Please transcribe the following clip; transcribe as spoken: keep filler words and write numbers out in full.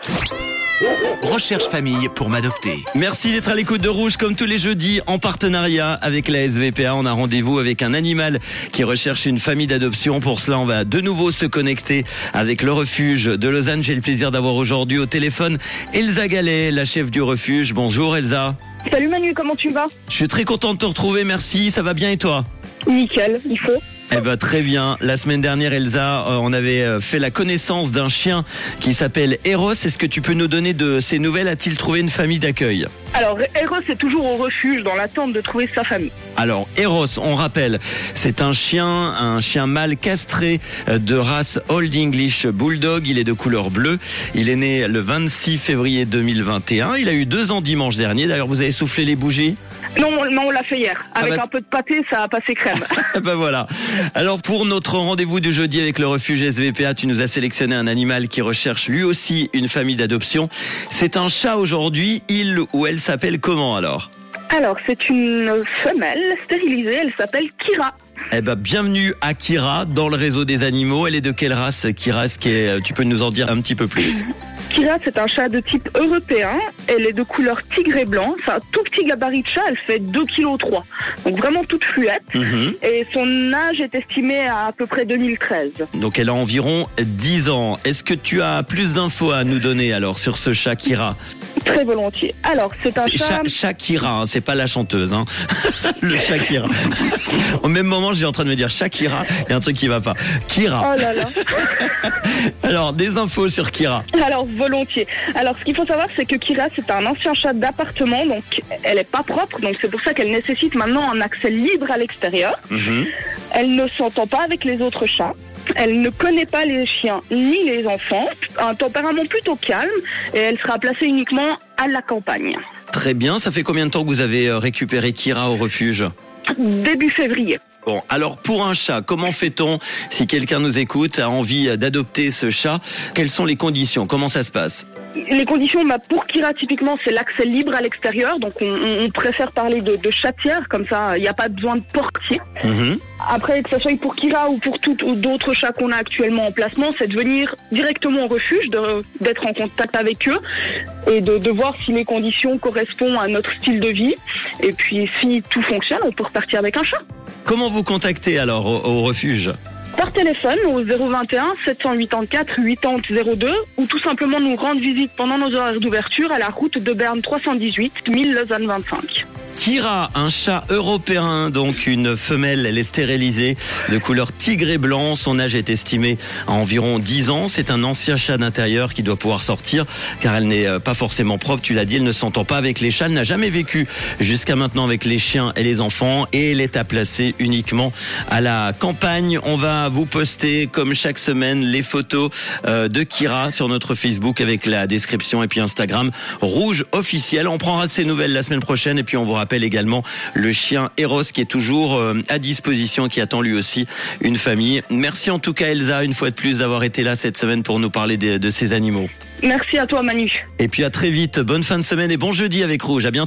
Recherche famille pour m'adopter. Merci d'être à l'écoute de Rouge comme tous les jeudis en partenariat avec la S V P A. On a rendez-vous avec un animal qui recherche une famille d'adoption. Pour cela, on va de nouveau se connecter avec le refuge de Lausanne. J'ai le plaisir d'avoir aujourd'hui au téléphone Elsa Gallet, la chef du refuge. Bonjour Elsa. Salut Manu, comment tu vas? Je suis très content de te retrouver, merci. Ça va bien et toi? Nickel, il faut. Eh ben très bien. La semaine dernière, Elsa, euh, on avait euh, fait la connaissance d'un chien qui s'appelle Eros. Est-ce que tu peux nous donner de ses nouvelles? A-t-il trouvé une famille d'accueil? Alors, Eros est toujours au refuge dans l'attente de trouver sa famille. Alors, Eros, on rappelle, c'est un chien, un chien mâle castré euh, de race Old English Bulldog. Il est de couleur bleue. Il est né le vingt-six février deux mille vingt et un. Il a eu deux ans dimanche dernier. D'ailleurs, vous avez soufflé les bougies? Non, non, on l'a fait hier. Avec ah bah... un peu de pâté, ça a passé crème. Ben voilà. Alors pour notre rendez-vous du jeudi avec le refuge S V P A, tu nous as sélectionné un animal qui recherche lui aussi une famille d'adoption. C'est un chat aujourd'hui. Il ou elle s'appelle comment alors? Alors c'est une femelle stérilisée. Elle s'appelle Kira. Eh ben, bienvenue à Kira dans le réseau des animaux. Elle est de quelle race, Kira? Est-ce que tu peux nous en dire un petit peu plus? Kira, c'est un chat de type européen. Elle est de couleur tigre et blanc. C'est un tout petit gabarit de chat. Elle fait deux virgule trois kilos. Donc vraiment toute fluette. Mmh. Et son âge est estimé à à peu près deux mille treize. Donc elle a environ dix ans. Est-ce que tu as plus d'infos à nous donner alors sur ce chat Kira? Très volontiers. Alors, c'est un c'est chat... Shakira, hein, c'est pas la chanteuse. Hein. Le Shakira. Au même moment, je suis en train de me dire Shakira, il y a un truc qui va pas. Kira. Oh là là. Alors, des infos sur Kira. Alors, volontiers. Alors, ce qu'il faut savoir, c'est que Kira, c'est un ancien chat d'appartement, donc elle est pas propre, donc c'est pour ça qu'elle nécessite maintenant un accès libre à l'extérieur. Mm-hmm. Elle ne s'entend pas avec les autres chats. Elle ne connaît pas les chiens ni les enfants, un tempérament plutôt calme, et elle sera placée uniquement à la campagne. Très bien, ça fait combien de temps que vous avez récupéré Kira au refuge? Début février. Bon, alors pour un chat, comment fait-on si quelqu'un nous écoute, a envie d'adopter ce chat? Quelles sont les conditions? Comment ça se passe? Les conditions, bah, pour Kira, typiquement, c'est l'accès libre à l'extérieur. Donc, on, on préfère parler de, de chatière. Comme ça, il n'y a pas besoin de portier. Mmh. Après, que ce soit pour Kira ou pour tout ou d'autres chats qu'on a actuellement en placement, c'est de venir directement au refuge, de, d'être en contact avec eux et de, de voir si les conditions correspondent à notre style de vie. Et puis, si tout fonctionne, on peut repartir avec un chat. Comment vous contactez alors au, au refuge? Par téléphone au zéro vingt et un sept cent quatre-vingt-quatre quatre-vingts zéro deux ou tout simplement nous rendre visite pendant nos horaires d'ouverture à la route de Berne trois cent dix-huit, mille Lausanne vingt-cinq. Kira, un chat européen, donc une femelle, elle est stérilisée, de couleur tigre et blanc. Son âge est estimé à environ dix ans. C'est un ancien chat d'intérieur qui doit pouvoir sortir, car elle n'est pas forcément propre. Tu l'as dit, elle ne s'entend pas avec les chats. Elle n'a jamais vécu jusqu'à maintenant avec les chiens et les enfants, et elle est à placer uniquement à la campagne. On va vous poster, comme chaque semaine, les photos de Kira sur notre Facebook avec la description, et puis Instagram Rouge officiel. On prendra de ces nouvelles la semaine prochaine, et puis on vous rappelle également le chien Eros qui est toujours euh, à disposition, qui attend lui aussi une famille. Merci en tout cas Elsa, une fois de plus, d'avoir été là cette semaine pour nous parler de, de ces animaux. Merci à toi Manu. Et puis à très vite, bonne fin de semaine et bon jeudi avec Rouge, à bientôt.